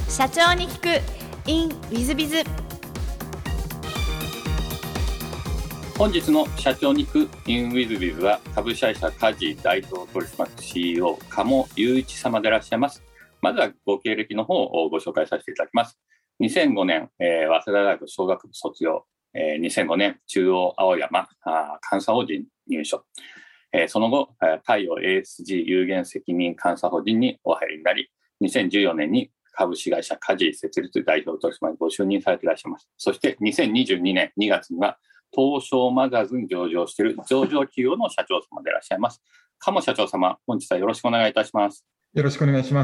社長に聞く in ウィズビズ。 本日の社長に聞く in ウィズビズは株式会社カジ代表取締役 CEO 鴨雄一様でいらっしゃいます。まずはご経歴の方をご紹介させていただきます。2005年、早稲田大学商学部卒業、2005年中央青山監査法人入所、その後太陽 ASG 有限責任監査法人にお入りになり、2014年に株式会社カジ設立代表取締役ご就任されていらっしゃいます。そして2022年2月には東証マザーズに上場している上場企業の社長様でいらっしゃいます。鴨社長様、本日はよろしくお願いいたします。 よろしくお願いします。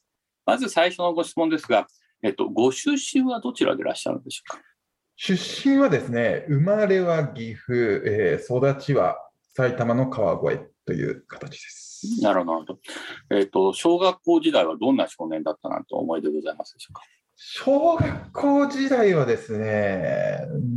まず最初のご質問ですが、ご出身はどちらでいらっしゃるんでしょうか？ 出身はですね、生まれは岐阜、育ちは埼玉の川越という形です。 なるほど。小学校時代はどんな少年だったなんて思いでございますでしょうか？ 小学校時代はですね、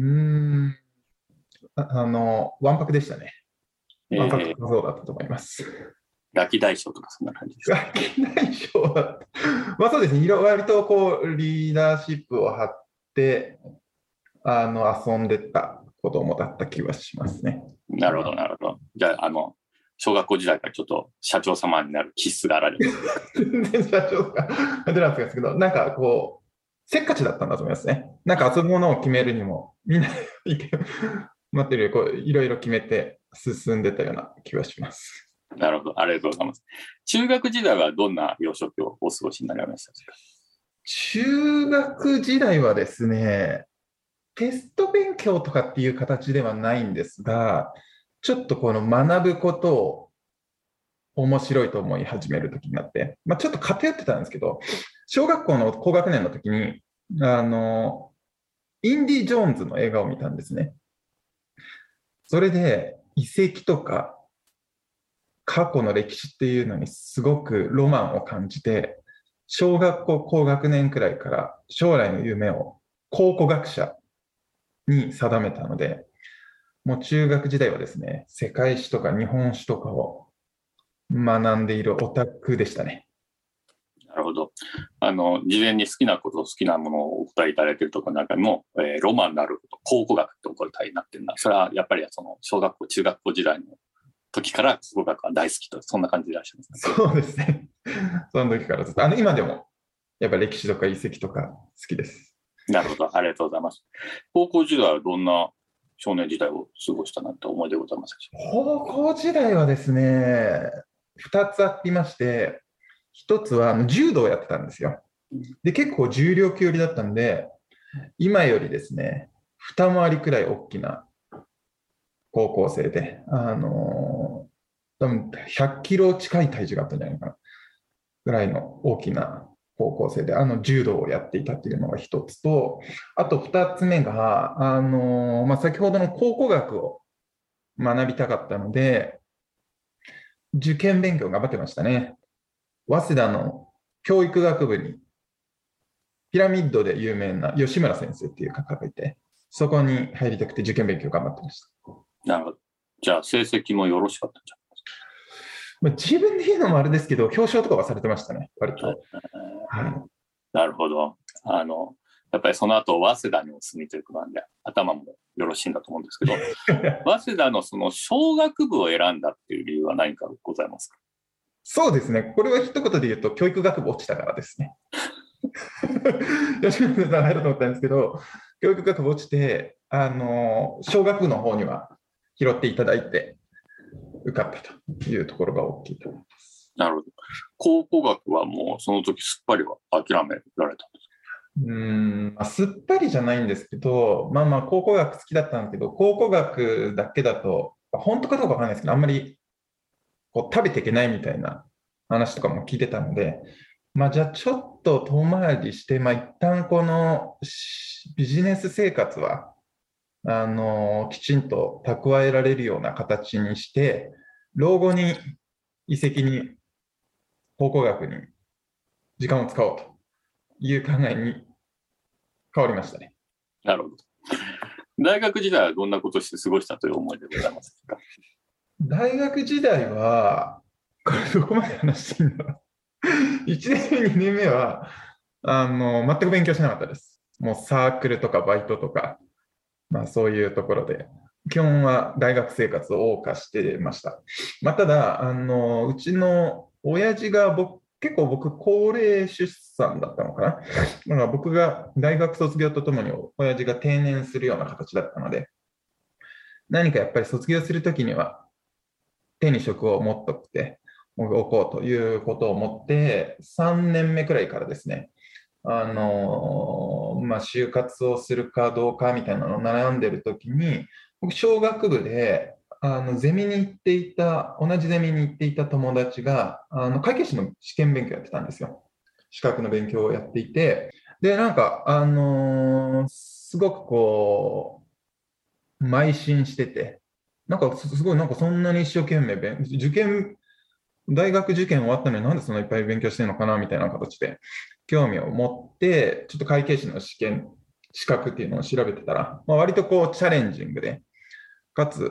わんぱくでしたね。わんぱく小僧だったと思います。 ガキ大将とかそんな感じですか？ ガキ大将だった。まあそうですね、割とこうリーダーシップを張って遊んでた子供だった気はしますね。 なるほど、なるほど。じゃあ、小学校時代からちょっと社長様になる気質があられる。 全然社長とか出なかったんですけど、なんかこう、せっかちだったんだと思いますね。なんか遊ぶものを決めるにも、みんな待ってるよりこういろいろ決めて進んでたような気はします。 なるほど、ありがとうございます。中学時代はどんな幼少期をお過ごしになられましたか？ 中学時代はですね、テスト勉強とかっていう形ではないんですが、ちょっとこの学ぶことを面白いと思い始める時になって、ちょっと偏ってたんですけど、小学校の高学年の時に、インディ・ジョーンズの映画を見たんですね。それで遺跡とか過去の歴史っていうのにすごくロマンを感じて、小学校高学年くらいから将来の夢を考古学者に定めたので、もう中学時代はですね、世界史とか日本史とかを学んでいるオタクでしたね。 なるほど。事前に好きなこと、好きなものをお答えいただいているところの中にも、ロマンのあること、考古学ってお答えになってるな。それはやっぱりその小学校、中学校時代の時から考古学は大好きと、そんな感じでいらっしゃいますか？ そうですね。その時からずっと、今でもやっぱり歴史とか遺跡とか好きです。 なるほど、ありがとうございます。高校時代はどんな少年時代を過ごしたなんて思いでございますか？ 高校時代はですね、2つありまして、1つは柔道をやってたんですよ。で、結構重量級寄りだったんで、今よりですね、2回りくらい大きな高校生で、多分100キロ近い体重があったんじゃないかなぐらいの大きな高校生で、柔道をやっていたというのが一つと、あと2つ目が、先ほどの考古学を学びたかったので、受験勉強頑張ってましたね。早稲田の教育学部にピラミッドで有名な吉村先生っていう方がいて、そこに入りたくて受験勉強頑張ってました。 なるほど。じゃあ成績もよろしかったんじゃないですか？自分で言うのもあれですけど、表彰とかはされてましたね、割と。 なるほど。やっぱりその後、早稲田にお住みということなんで、頭もよろしいんだと思うんですけど、早稲田のその小学部を選んだっていう理由は何かございますか？ そうですね。これは一言で言うと、教育学部落ちたからですね。吉村さん入ると思ったんですけど、教育学部落ちて、小学部の方には拾っていただいて、受かったというところが大きいと思います。 なるほど。考古学はもうその時すっぱりは諦められたんですか？ すっぱりじゃないんですけど、考古学好きだったんですけど、考古学だけだと、本当かどうかわからないですけど、あんまりこう食べていけないみたいな話とかも聞いてたので、じゃあちょっと遠回りして、一旦このビジネス生活はきちんと蓄えられるような形にして、老後に遺跡に考古学に時間を使おうという考えに変わりましたね。 なるほど。大学時代はどんなことをして過ごしたという思いでございますか？ 大学時代は、これどこまで話していいんだろう。1年目、2年目は、 全く勉強しなかったです。もうサークルとかバイトとか、そういうところで、基本は大学生活を謳歌してました。ただ、うちの親父が結構僕、高齢出産だったのかな。だから僕が大学卒業とともに親父が定年するような形だったので、何かやっぱり卒業するときには手に職を持っとくておこうということを思って、3年目くらいからですね、就活をするかどうかみたいなのを悩んでるときに、僕、小学部でゼミに行っていた、同じゼミに行っていた友達が、会計士の試験勉強やってたんですよ。資格の勉強をやっていて、で、すごくこう、邁進してて、すごいそんなに一生懸命大学受験終わったのになんでそんないっぱい勉強してるのかなみたいな形で興味を持って、ちょっと会計士の資格っていうのを調べてたら、割とこうチャレンジングで、かつ、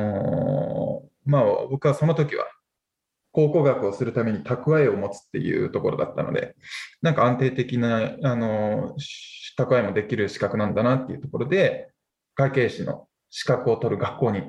僕はその時は考古学をするために蓄えを持つっていうところだったので、安定的な、蓄えもできる資格なんだなっていうところで、会計士の資格を取る学校に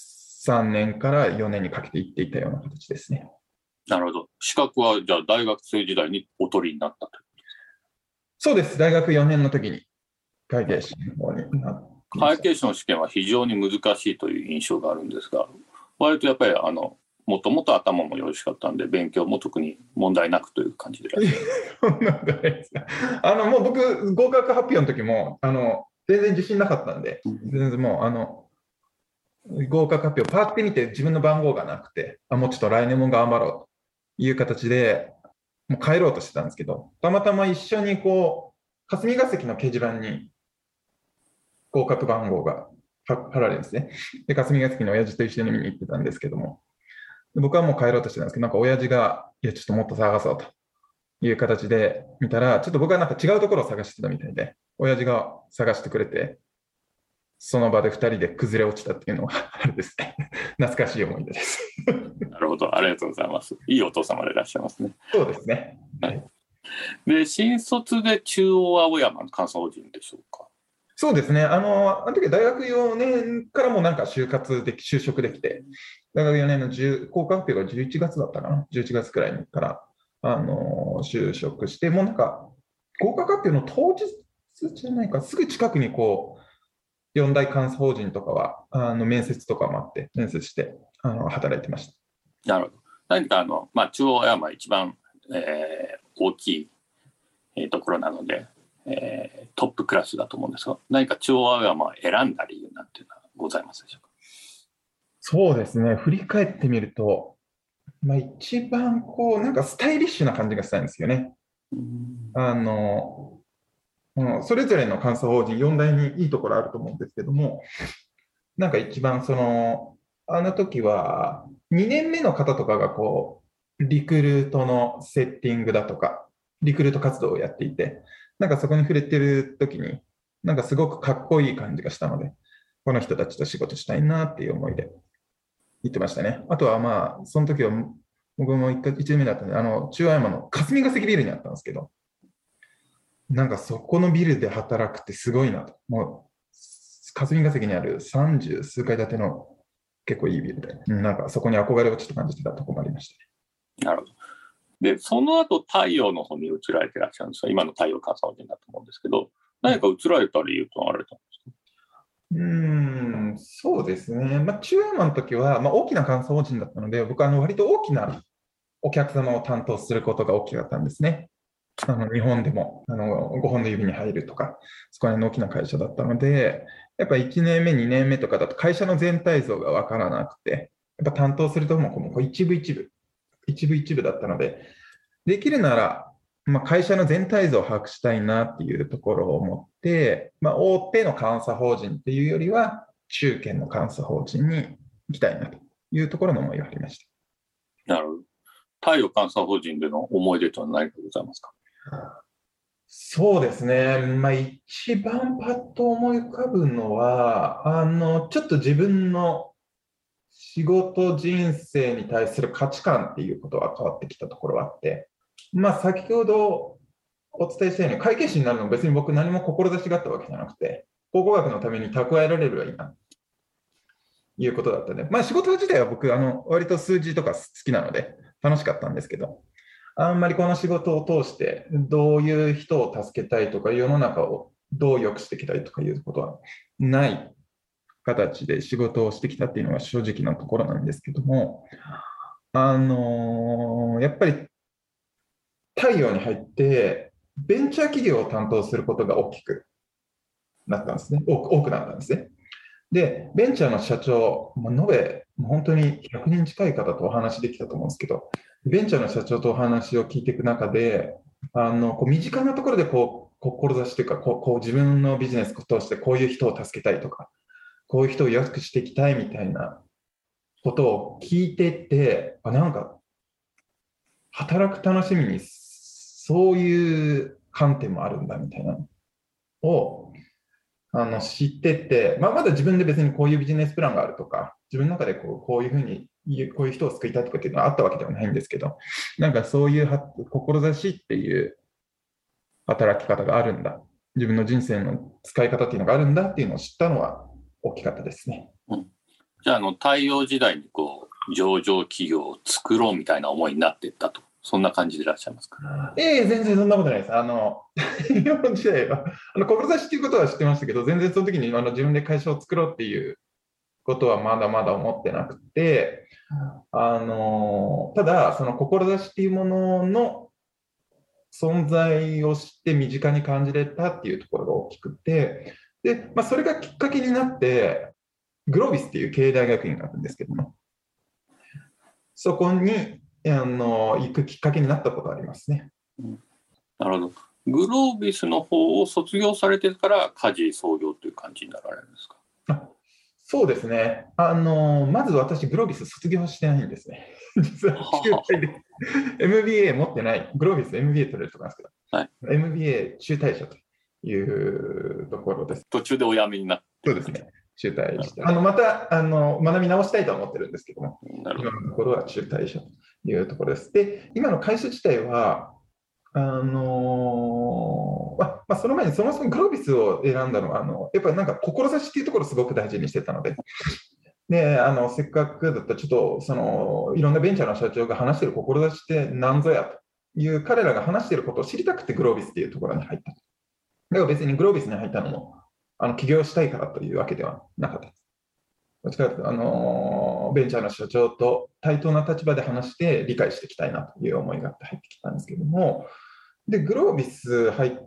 3年から4年にかけて行っていたような形ですね。 なるほど。資格はじゃあ大学生時代にお取りになったと。 そうです。大学4年の時に会計士の方になって。 会計士の試験は非常に難しいという印象があるんですが、割とやっぱりもともと頭もよろしかったんで、勉強も特に問題なくという感じでいらっしゃる。 そんなんじゃないですか。もう僕、合格発表の時も全然自信なかったんで、全然もう合格発表、パーって見て自分の番号がなくて、もうちょっと来年も頑張ろうという形で、もう帰ろうとしてたんですけど、たまたま一緒に霞が関の掲示板に合格番号が貼られるんですね。で、霞が関の親父と一緒に見に行ってたんですけども、僕はもう帰ろうとしてたんですけど、親父が、いや、ちょっともっと探そうという形で見たら、ちょっと僕は違うところを探してたみたいで、親父が探してくれて、その場で2人で崩れ落ちたっていうのがあるですね。懐かしい思い出です。 なるほど、ありがとうございます。いいお父様でいらっしゃいますね。 そうですね。はい、 で、新卒で中央青山の監査法人でしょうか。 そうですね。あの時大学4年からも就職できて、大学4年の合格発表が11月だったかな、11月くらいから就職して、もう合格発表の当日じゃないか、すぐ近くに四大監査法人とかは面接とかもあって、面接して働いてました。 なるほど。何か中央青山一番、大きいところなので、トップクラスだと思うんですが、何か中央青山を選んだ理由なんていうのはございますでしょうか。 そうですね、振り返ってみると、一番スタイリッシュな感じがしたんですよね。それぞれの監査法人4大にいいところあると思うんですけども、一番あの時は2年目の方とかがリクルートのセッティングだとか、リクルート活動をやっていて、そこに触れてる時に、すごくかっこいい感じがしたので、この人たちと仕事したいなっていう思いで言ってましたね。あとはその時は僕も1年目だったんで、中央山の霞が関ビルにあったんですけど、そこのビルで働くってすごいなと。もう霞が関にある30数階建ての結構いいビルで、そこに憧れをちょっと感じてたところもありました。 なるほど。で、その後太陽の方に移られていらっしゃるんですが、今の太陽監査法人だと思うんですけど、何か移られた理由とあられたんですか？ そうですね。中央山の時は、大きな監査法人だったので、僕は割と大きなお客様を担当することが大きかったんですね。日本でも5本の指に入るとか、そこら辺の大きな会社だったので、やっぱ1年目、2年目とかだと会社の全体像が分からなくて、やっぱ担当するとも一部だったので、できるなら、会社の全体像を把握したいなっていうところを思って、大手の監査法人っていうよりは、中堅の監査法人に行きたいなというところの思いがありました。 なるほど。太陽監査法人での思い出とは何かございますか？ そうですね、一番パッと思い浮かぶのは、ちょっと自分の仕事人生に対する価値観っていうことが変わってきたところがあって、先ほどお伝えしたように、会計士になるのも別に僕何も志があったわけじゃなくて、考古学のために蓄えられればいいなということだったね。まあ仕事自体は僕、割と数字とか好きなので楽しかったんですけど、あんまりこの仕事を通してどういう人を助けたいとか、世の中をどう良くしていきたいとかいうことはない形で仕事をしてきたっていうのが正直なところなんですけども、やっぱり太陽に入って、ベンチャー企業を担当することが大きくなったんですね。多くなったんですね。で、ベンチャーの社長、延べ本当に100人近い方とお話できたと思うんですけど、ベンチャーの社長とお話を聞いていく中で、身近なところで志というか自分のビジネスを通してこういう人を助けたいとか、こういう人を良くしていきたいみたいなことを聞いていって、なんか働く楽しみにそういう観点もあるんだみたいなのを知ってって、まだ自分で別にこういうビジネスプランがあるとか、自分の中でこういうふうに、こういう人を救いたいとかっていうのはあったわけではないんですけど、なんかそういう志っていう働き方があるんだ。自分の人生の使い方っていうのがあるんだっていうのを知ったのは大きかったですね。 じゃあ、太陽時代に上場企業を作ろうみたいな思いになっていったと。そんな感じでいらっしゃいますか？ 全然そんなことないです。太陽時代は、志っていうことは知ってましたけど、全然その時に自分で会社を作ろうっていうことはまだまだ思ってなくて、ただ、その志っていうものの存在を知って身近に感じれたっていうところが大きくて、で、それがきっかけになって、グロービスっていう経営大学院があるんですけども、そこに行くきっかけになったことがありますね。 なるほど。グロービスの方を卒業されてから家事創業という感じになられるんですか？ そうですね。まず私、グロービス卒業してないんですね。実は中退で MBA 持ってない、グロービス MBA 取れるところなんですけど、はい、MBA 中退者というところです。 途中でお辞めになって。 そうですね。中退して、また学び直したいと思ってるんですけども、今のところは中退者というところです。で、今の会社自体は、その前にそもそもグロービスを選んだのは、やっぱりなんか志っていうところをすごく大事にしてたので、でせっかくだったらちょっといろんなベンチャーの社長が話している志って何ぞやという彼らが話していることを知りたくてグロービスっていうところに入った。だから別にグロービスに入ったのも起業したいからというわけではなかったです。どっちかというとベンチャーの社長と対等な立場で話して理解していきたいなという思いがあって入ってきたんですけども、でグロービス入って、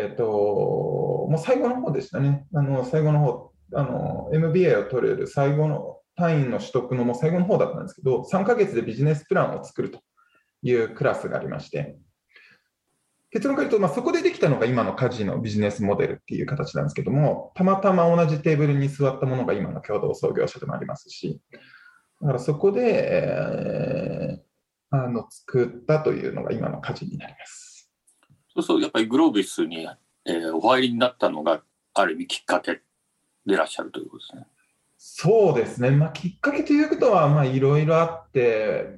もう最後の方でしたね。最後の方MBA を取れる最後の単位の取得のもう最後の方だったんですけど、3ヶ月でビジネスプランを作るというクラスがありまして、結論から言うと、そこでできたのが今の家事のビジネスモデルっていう形なんですけども、たまたま同じテーブルに座ったものが今の共同創業者でもありますし、だからそこで、作ったというのが今の家事になります。 そうそう、やっぱりグロービスに、お入りになったのがある意味きっかけでいらっしゃるということですね。 そうですね、きっかけということはいろいろあって、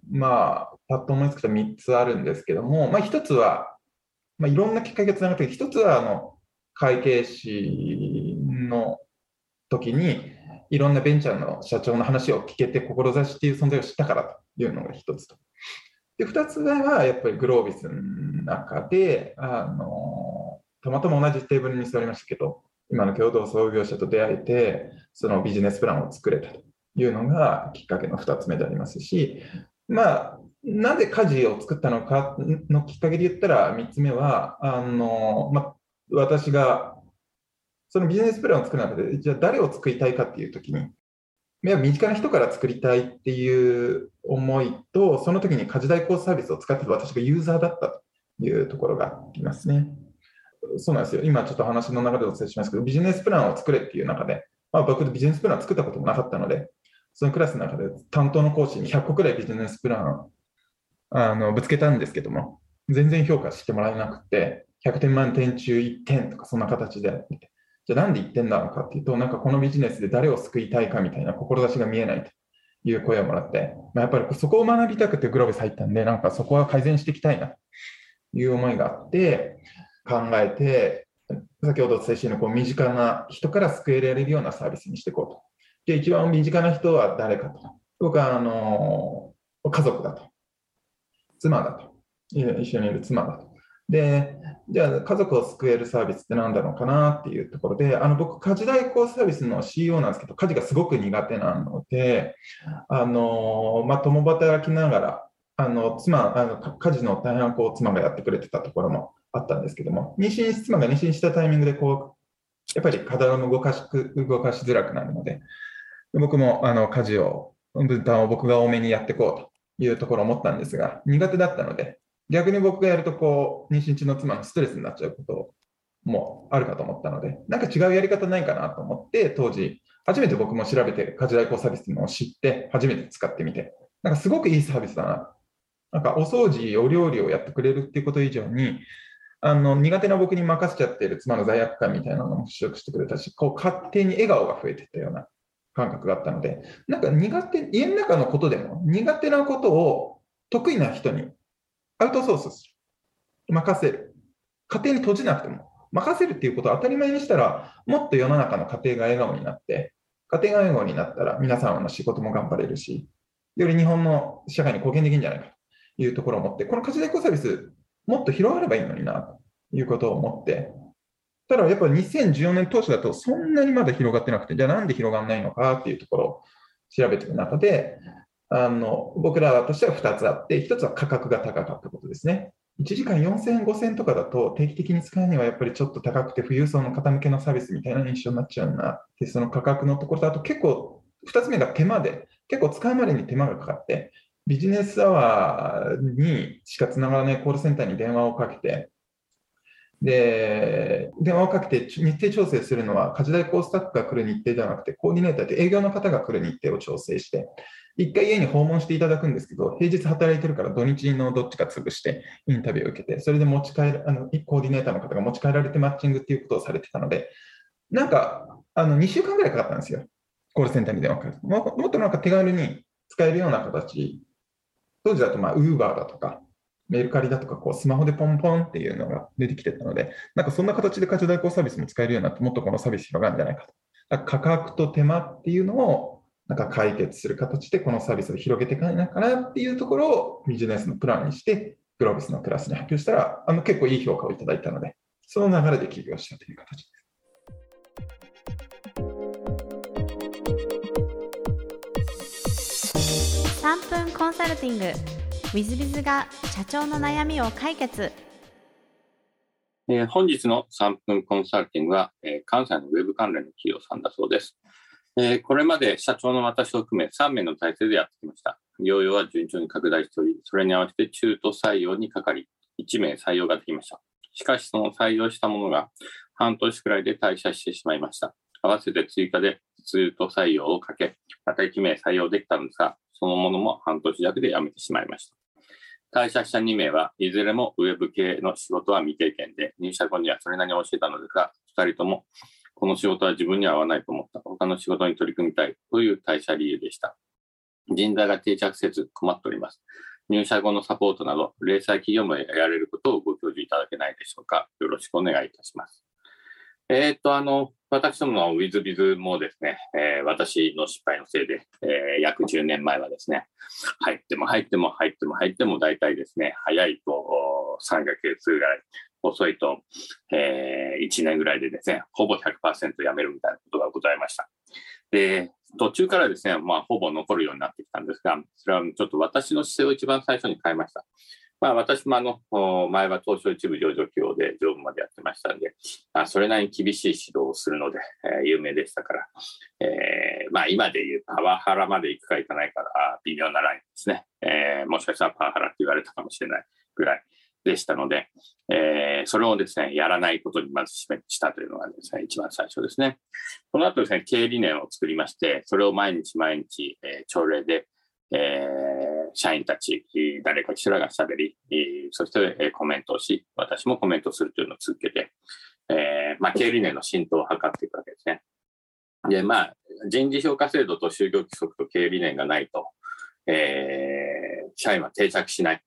パッと思いつくと3つあるんですけども、1つは、いろんなきっかけがつながって、1つは会計士の時に、いろんなベンチャーの社長の話を聞けて、志っていう存在を知ったからというのが1つと。で2つ目は、やっぱりグロービスの中で、たまたま同じテーブルに座りましたけど、今の共同創業者と出会えて、そのビジネスプランを作れたというのがきっかけの2つ目でありますし、なぜ家事を作ったのかのきっかけで言ったら、3つ目は、私がそのビジネスプランを作る中で、じゃあ誰を作りたいかっていうときに、身近な人から作りたいっていう思いと、その時に家事代行サービスを使っている私がユーザーだったというところがありますね。そうなんですよ。今ちょっと話の中でお伝えしますけど、ビジネスプランを作れっていう中で、僕ビジネスプランを作ったこともなかったので、そのクラスの中で担当の講師に100個くらいビジネスプランをぶつけたんですけども、全然評価してもらえなくて、100点満点中1点とかそんな形で、じゃあなんで1点なのかっていうと、なんかこのビジネスで誰を救いたいかみたいな志が見えないという声をもらって、やっぱりそこを学びたくてグロービス入ったんで、なんかそこは改善していきたいないう思いがあって考えて、先ほどお伝えしたように身近な人から救えられるようなサービスにしていこうと。で、一番身近な人は誰かと。僕は家族だと。妻だと。一緒にいる妻だと。で、じゃあ家族を救えるサービスって何だろうかなっていうところで、僕、家事代行サービスの CEO なんですけど、家事がすごく苦手なので、共働きながら、家事の大半を妻がやってくれてたところもあったんですけども、妻が妊娠したタイミングでやっぱり体を動かしづらくなるので、僕も家事を、分担を僕が多めにやっていこうというところを思ったんですが、苦手だったので、逆に僕がやると妊娠中の妻のストレスになっちゃうこともあるかと思ったので、なんか違うやり方ないかなと思って、当時、初めて僕も調べて、家事代行サービスというのを知って、初めて使ってみて、なんかすごくいいサービスだな。なんかお掃除、お料理をやってくれるっていうこと以上に、苦手な僕に任せちゃっている妻の罪悪感みたいなのも払拭してくれたし、勝手に笑顔が増えていったような感覚があったので、なんか家の中のことでも苦手なことを得意な人にアウトソースする。任せる。家庭に閉じなくても、任せるっていうことを当たり前にしたら、もっと世の中の家庭が笑顔になって、家庭が笑顔になったら皆さんの仕事も頑張れるし、より日本の社会に貢献できるんじゃないかというところを思って、この家事代行サービス、もっと広がればいいのにな、ということを思って、ただやっぱり2014年当初だとそんなにまだ広がってなくて、じゃあなんで広がらないのかっていうところを調べていく中で、僕らとしては2つあって、1つは価格が高かったことですね。1時間4000円、5000円とかだと定期的に使うにはやっぱりちょっと高くて富裕層の方向けのサービスみたいな印象になっちゃうな。で、その価格のところと、あと結構2つ目が手間で、結構使うまでに手間がかかって、ビジネスアワーにしかつながらないコールセンターに電話をかけて、で、電話をかけて日程調整するのは、家事代行スタッフが来る日程ではなくて、コーディネーターで営業の方が来る日程を調整して、一回家に訪問していただくんですけど、平日働いてるから土日のどっちか潰してインタビューを受けて、それで持ち帰る、コーディネーターの方が持ち帰られてマッチングっていうことをされてたので、なんか、2週間ぐらいかかったんですよ。コールセンターに電話かけて。もっとなんか手軽に使えるような形、当時だとウーバーだとか、メルカリだとか、スマホでポンポンっていうのが出てきてたので、なんかそんな形で家事代行サービスも使えるようになって、もっとこのサービス広がるんじゃないかと。だから価格と手間っていうのをなんか解決する形でこのサービスを広げていかないかなっていうところをビジネスのプランにして、グロービスのクラスに発表したら、結構いい評価をいただいたので、その流れで起業したという形です。 3分コンサルティング WithBiz が社長の悩みを解決。 本日の3分コンサルティングは、関西のウェブ関連の企業さんだそうです。これまで社長の私を含め3名の体制でやってきました。業用は順調に拡大しており、それに合わせて中途採用にかかり、1名採用ができました。しかしその採用したものが半年くらいで退社してしまいました。合わせて追加で中途採用をかけ、また1名採用できたのですが、そのものも半年弱で辞めてしまいました。退社した2名はいずれもウェブ系の仕事は未経験で、入社後にはそれなりに教えたのですが、2人ともこの仕事は自分には合わないと思った。他の仕事に取り組みたいという退社理由でした。人材が定着せず困っております。入社後のサポートなど、零細企業もやれることをご教授いただけないでしょうか。よろしくお願いいたします。私どもの WithBiz もですね、私の失敗のせいで、約10年前はですね、入っても大体ですね、早いと3ヶ月ぐらい、遅いと、1年ぐらいでですね、ほぼ 100% 辞めるみたいなことがございました。で、途中からですね、ほぼ残るようになってきたんですが、それはちょっと私の姿勢を一番最初に変えました。私も前は東証一部上場企業で常務までやってましたんで、それなりに厳しい指導をするので、有名でしたから、今でいうパワハラまで行くか行かないか微妙なラインですね。もしかしたらパワハラって言われたかもしれないぐらいでしたので、それをですね、やらないことにまずしたというのがですね、一番最初ですね。この後ですね、経営理念を作りまして、それを毎日、朝礼で、社員たち、誰かしらがしゃべり、そしてコメントをし、私もコメントするというのを続けて、経営理念の浸透を図っていくわけですね。で、人事評価制度と就業規則と経営理念がないと、社員は定着しない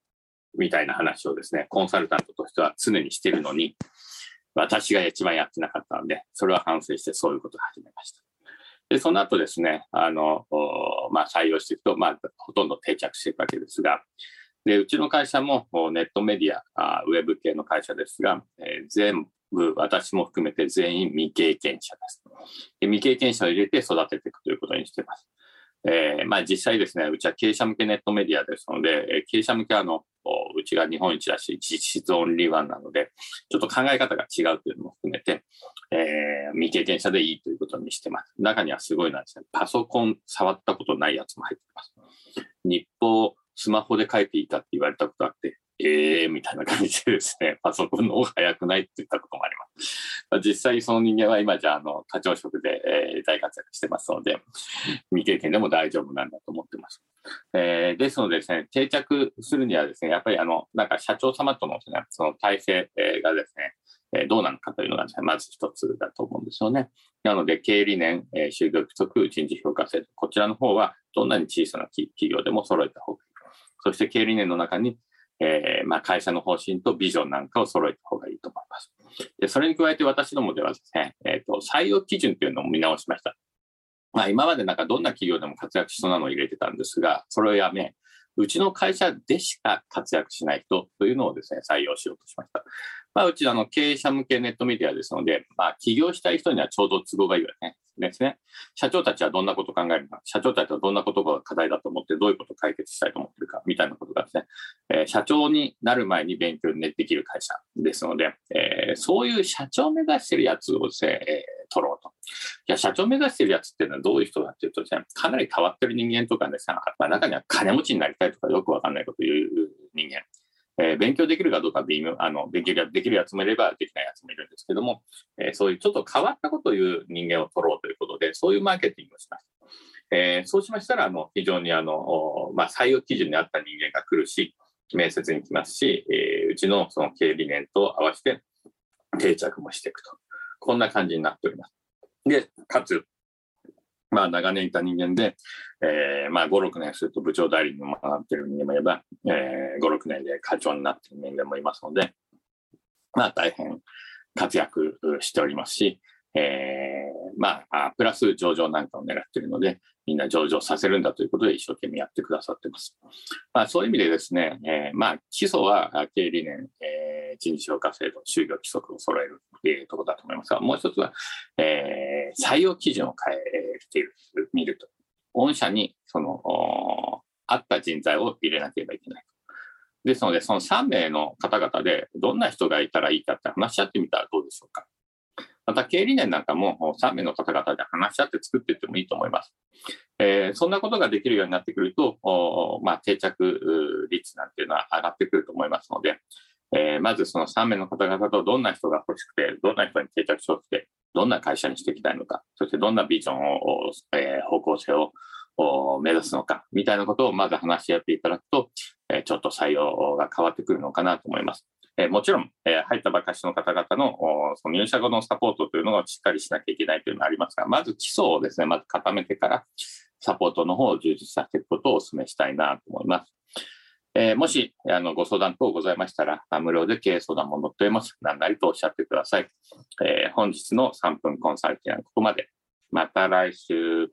みたいな話をですね、コンサルタントとしては常にしているのに、私が一番やってなかったので、それは反省してそういうことを始めました。で、その後ですね、採用していくと、ほとんど定着していくわけですが、で、うちの会社もネットメディア、ウェブ系の会社ですが、全部、私も含めて全員未経験者です。で、未経験者を入れて育てていくということにしています。実際ですね、うちは経営者向けネットメディアですので、経営者向けはうちが日本一だし、実質オンリーワンなので、ちょっと考え方が違うというのも含めて、未経験者でいいということにしてます。中にはすごいのはですね、パソコン触ったことないやつも入っています。日報、スマホで書いていたって言われたことあって、みたいな感じでですね、パソコンの方が早くないって言ったこともあります。実際その人間は今じゃ課長職で、大活躍してますので、未経験でも大丈夫なんだと思ってます。ですのでですね、定着するにはですね、やっぱり社長様とのですね、その体制がですね、どうなのかというのがですね、まず一つだと思うんですよね。なので、経営理念、就業規則、人事評価制度、こちらの方はどんなに小さな企業でも揃えた方がいい。そして経営理念の中に会社の方針とビジョンなんかを揃えた方がいいと思います。で、それに加えて私どもではですね、採用基準というのを見直しました。今までどんな企業でも活躍しそうなのを入れてたんですが、それをやめ、うちの会社でしか活躍しない人というのをですね、採用しようとしました。うち経営者向けネットメディアですので、起業したい人にはちょうど都合がいいわけですね。社長たちはどんなことを考えるか、社長たちはどんなことが課題だと思って、どういうことを解決したいと思っているか、みたいなことがですね、社長になる前に勉強できる会社ですので、そういう社長目指しているやつをですね、取ろうと。いや、社長目指しているやつっていうのはどういう人だっていうとですね、かなり変わってる人間とかですね、中には金持ちになりたいとかよくわかんないことを言う人間。勉強できるかどうか微妙、できるやつもいればできないやつもいるんですけども、そういうちょっと変わったことを言う人間を取ろうということで、そういうマーケティングをしました。そうしましたら、非常に採用基準に合った人間が来るし、面接に来ますし、うちのその経営理念と合わせて定着もしていくと。こんな感じになっております。で、かつ、長年いた人間で、5、6年すると部長代理にもなっている人間もいれば、5、6年で課長になっている人間もいますので、大変活躍しておりますし、プラス上場なんかを狙っているので、みんな上場させるんだということで一生懸命やってくださっています。そういう意味でですね、基礎は経営理念、人事評価制度、就業規則を揃えるというところだと思いますが、もう一つは、採用基準を変えてみると。御社に合った人材を入れなければいけない。ですので、その3名の方々でどんな人がいたらいいかって話し合ってみたらどうでしょうか。また経営理念なんかも3名の方々で話し合って作っていってもいいと思います。そんなことができるようになってくると、定着率なんていうのは上がってくると思いますので、まずその3名の方々とどんな人が欲しくて、どんな人に定着してほしくて、どんな会社にしていきたいのか、そしてどんなビジョンを、方向性を目指すのか、みたいなことをまず話し合っていただくと、ちょっと採用が変わってくるのかなと思います。もちろん、入ったばかりの方々のその入社後のサポートというのをしっかりしなきゃいけないというのがありますが、まず基礎をですね、まず固めてからサポートの方を充実させていくことをお勧めしたいなと思います。もしご相談等ございましたら、無料で経営相談も乗っております。何なりとおっしゃってください。本日の3分コンサルティングはここまで。また来週。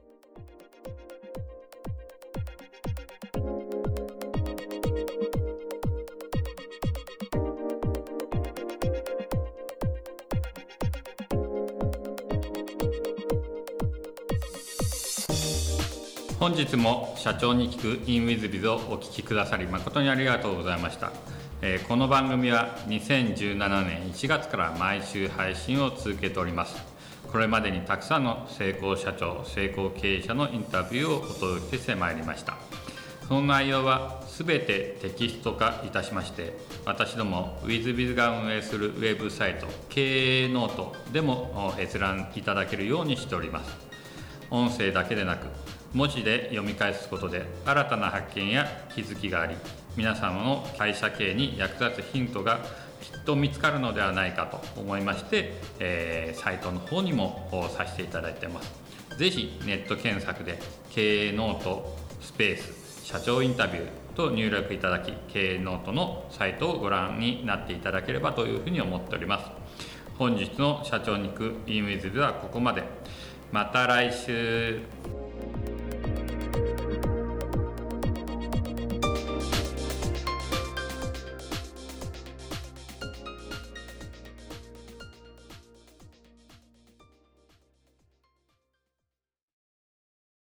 本日も社長に聞く InWithBiz をお聞きくださり誠にありがとうございました。この番組は2017年1月から毎週配信を続けております。これまでにたくさんの成功社長、成功経営者のインタビューをお届けしてまいりました。その内容はすべてテキスト化いたしまして、私ども WithBiz が運営するウェブサイト経営ノートでも閲覧いただけるようにしております。音声だけでなく文字で読み返すことで新たな発見や気づきがあり、皆様の会社経営に役立つヒントがきっと見つかるのではないかと思いまして、サイトの方にもさせていただいています。ぜひネット検索で経営ノートスペース社長インタビューと入力いただき、経営ノートのサイトをご覧になっていただければというふうに思っております。本日の社長に行く InWith ではここまで。また来週。